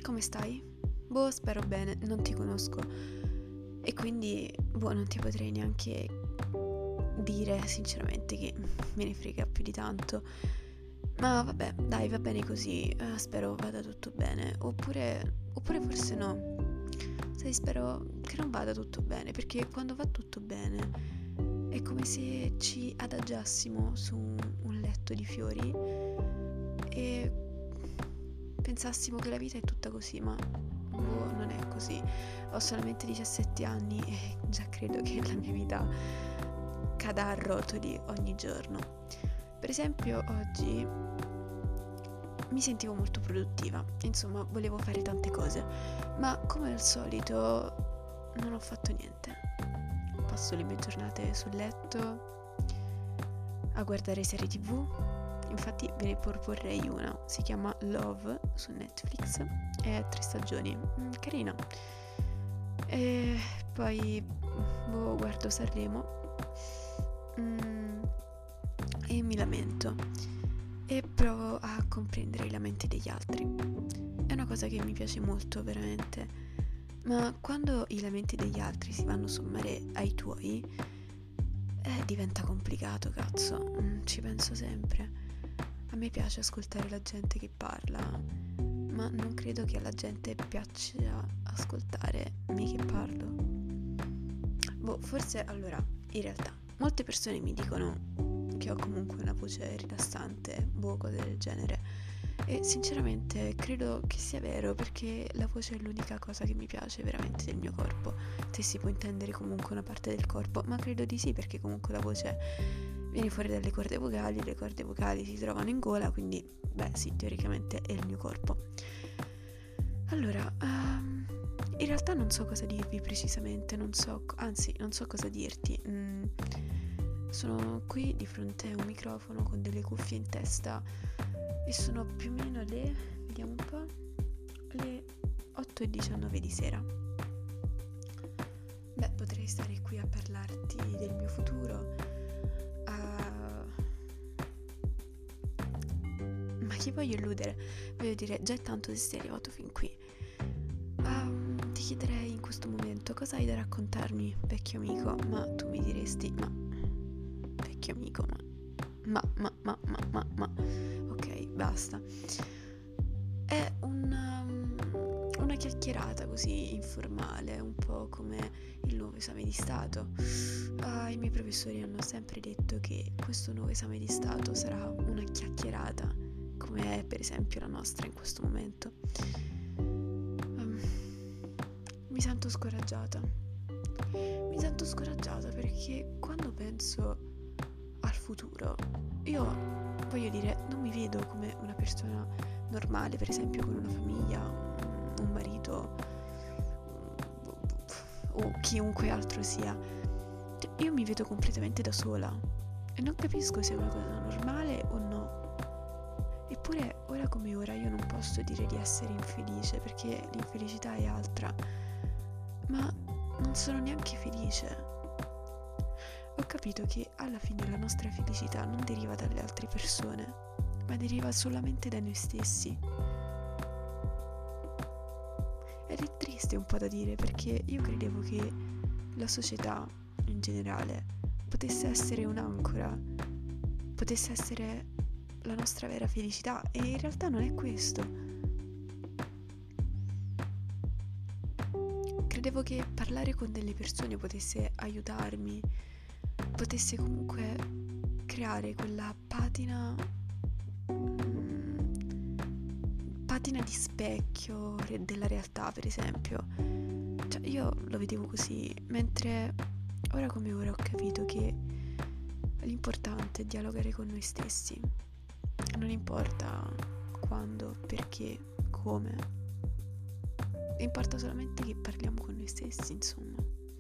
come stai? Boh, spero bene, non ti conosco e quindi, non ti potrei neanche dire sinceramente che me ne frega più di tanto. Ma vabbè, dai, va bene così, spero vada tutto bene. Oppure forse no. Sai, spero che non vada tutto bene, perché quando va tutto bene è come se ci adagiassimo su un letto di fiori e pensassimo che la vita è tutta così, ma non è così. Ho solamente 17 anni e già credo che la mia vita cada a rotoli ogni giorno. Per esempio, oggi mi sentivo molto produttiva, insomma, volevo fare tante cose, ma come al solito non ho fatto niente. Passo le mie giornate sul letto a guardare serie TV. Infatti ve ne proporrei una, si chiama Love su Netflix, è 3 stagioni, carina. E poi guardo Sanremo e mi lamento e provo a comprendere i lamenti degli altri. È una cosa che mi piace molto, veramente, ma quando i lamenti degli altri si vanno a sommare ai tuoi, diventa complicato, cazzo, ci penso sempre. A me piace ascoltare la gente che parla, ma non credo che alla gente piaccia ascoltare me che parlo. Forse allora, in realtà, molte persone mi dicono che ho comunque una voce rilassante, cose del genere. E sinceramente credo che sia vero, perché la voce è l'unica cosa che mi piace veramente del mio corpo, se si può intendere comunque una parte del corpo, ma credo di sì, perché comunque la voce viene fuori dalle corde vocali, le corde vocali si trovano in gola, quindi sì, teoricamente è il mio corpo. Allora, in realtà non so cosa dirvi precisamente, non so cosa dirti. Sono qui di fronte a un microfono con delle cuffie in testa e sono più o meno vediamo un po', le 8:19 di sera. Potrei stare qui a parlarti del mio futuro, ma chi voglio illudere? Voglio dire, già è tanto se sei arrivato fin qui. Ti chiederei in questo momento cosa hai da raccontarmi, vecchio amico, ma tu mi diresti, ma vecchio amico, ma, ok, basta. È una chiacchierata così informale, un po' come il nuovo esame di Stato. I miei professori hanno sempre detto che questo nuovo esame di Stato sarà una chiacchierata, come è per esempio la nostra in questo momento. Mi sento scoraggiata perché quando penso al futuro, io voglio dire, non mi vedo come una persona normale, per esempio con una famiglia, un marito o chiunque altro sia. Io mi vedo completamente da sola e non capisco se è una cosa normale o no. Eppure ora come ora io non posso dire di essere infelice, perché l'infelicità è altra, ma non sono neanche felice. Ho capito che alla fine la nostra felicità non deriva dalle altre persone, ma deriva solamente da noi stessi. Ed è triste un po' da dire, perché io credevo che la società in generale potesse essere un'ancora, potesse essere la nostra vera felicità, e in realtà non è questo. Credevo che parlare con delle persone potesse aiutarmi, potesse comunque creare quella patina di specchio della realtà, per esempio. Cioè, io lo vedevo così, mentre ora come ora ho capito che l'importante è dialogare con noi stessi. Non importa quando, perché, come. Importa solamente che parliamo con noi stessi, insomma.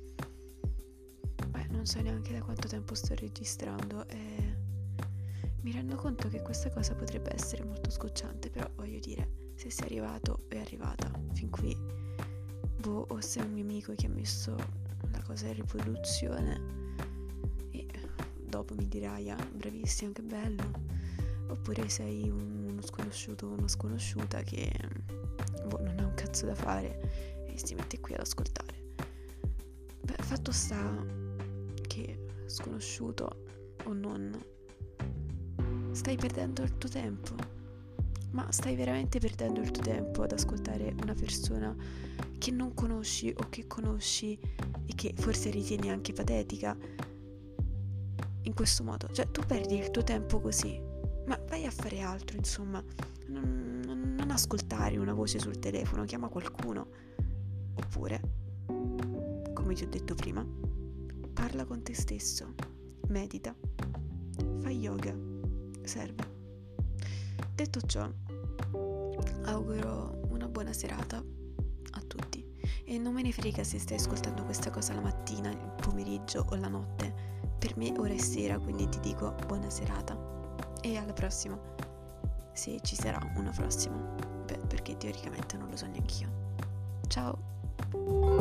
Non so neanche da quanto tempo sto registrando e mi rendo conto che questa cosa potrebbe essere molto scocciante, però voglio dire, se sei arrivato o è arrivata fin qui, o sei un mio amico che ha messo la cosa in riproduzione e dopo mi dirai, bravissimo, che bello, oppure sei uno sconosciuto o una sconosciuta che non ha un cazzo cazzo da fare e si mette qui ad ascoltare. Beh, fatto sta che, sconosciuto o non, stai perdendo il tuo tempo. Ma stai veramente perdendo il tuo tempo ad ascoltare una persona che non conosci o che conosci e che forse ritieni anche patetica in questo modo? Cioè, tu perdi il tuo tempo così, ma vai a fare altro, insomma. Non ascoltare una voce sul telefono, chiama qualcuno. Oppure, come ti ho detto prima, parla con te stesso, medita, fai yoga, serve. Detto ciò, auguro una buona serata a tutti e non me ne frega se stai ascoltando questa cosa la mattina, il pomeriggio o la notte. Per me ora è sera, quindi ti dico buona serata e alla prossima, se ci sarà una prossima. Beh, perché teoricamente non lo so neanch'io. Ciao!